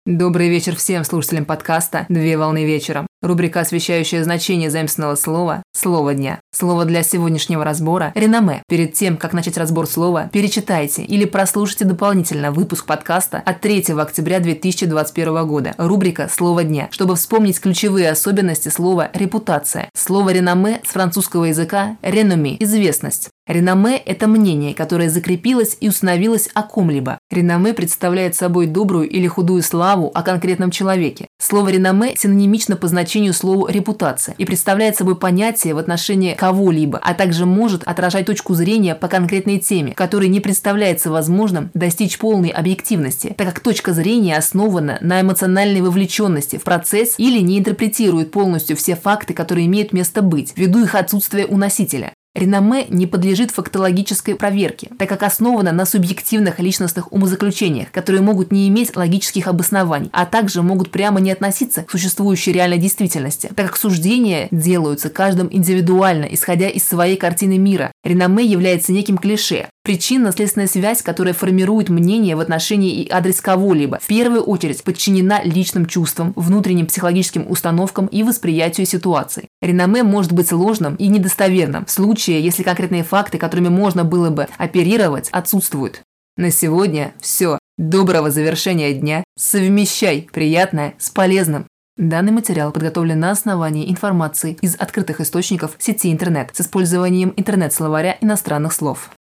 Добрый вечер всем слушателям подкаста «Две волны вечером». Рубрика, освещающая значение заимствованного слова «Слово дня». Слово для сегодняшнего разбора – реноме. Перед тем, как начать разбор слова, перечитайте или прослушайте дополнительно выпуск подкаста от 3 октября 2021 года. Рубрика «Слово дня», чтобы вспомнить ключевые особенности слова «репутация». Слово «реноме» с французского языка «реноме» – известность. Реноме – это мнение, которое закрепилось и установилось о ком-либо. Реноме представляет собой добрую или худую славу о конкретном человеке. Слово «реноме» синонимично по значению слову «репутация» и представляет собой понятие в отношении кого-либо, а также может отражать точку зрения по конкретной теме, которой не представляется возможным достичь полной объективности, так как точка зрения основана на эмоциональной вовлеченности в процесс или не интерпретирует полностью все факты, которые имеют место быть, ввиду их отсутствия у носителя. Реноме не подлежит фактологической проверке, так как основано на субъективных личностных умозаключениях, которые могут не иметь логических обоснований, а также могут прямо не относиться к существующей реальной действительности, так как суждения делаются каждым индивидуально, исходя из своей картины мира. Реноме является неким клише, причинно-следственная связь, которая формирует мнение в отношении и адрес кого-либо, в первую очередь подчинена личным чувствам, внутренним психологическим установкам и восприятию ситуации. Реноме может быть ложным и недостоверным в случае, если конкретные факты, которыми можно было бы оперировать, отсутствуют. На сегодня все. Доброго завершения дня. Совмещай приятное с полезным. Данный материал подготовлен на основании информации из открытых источников сети интернет с использованием интернет-словаря иностранных слов.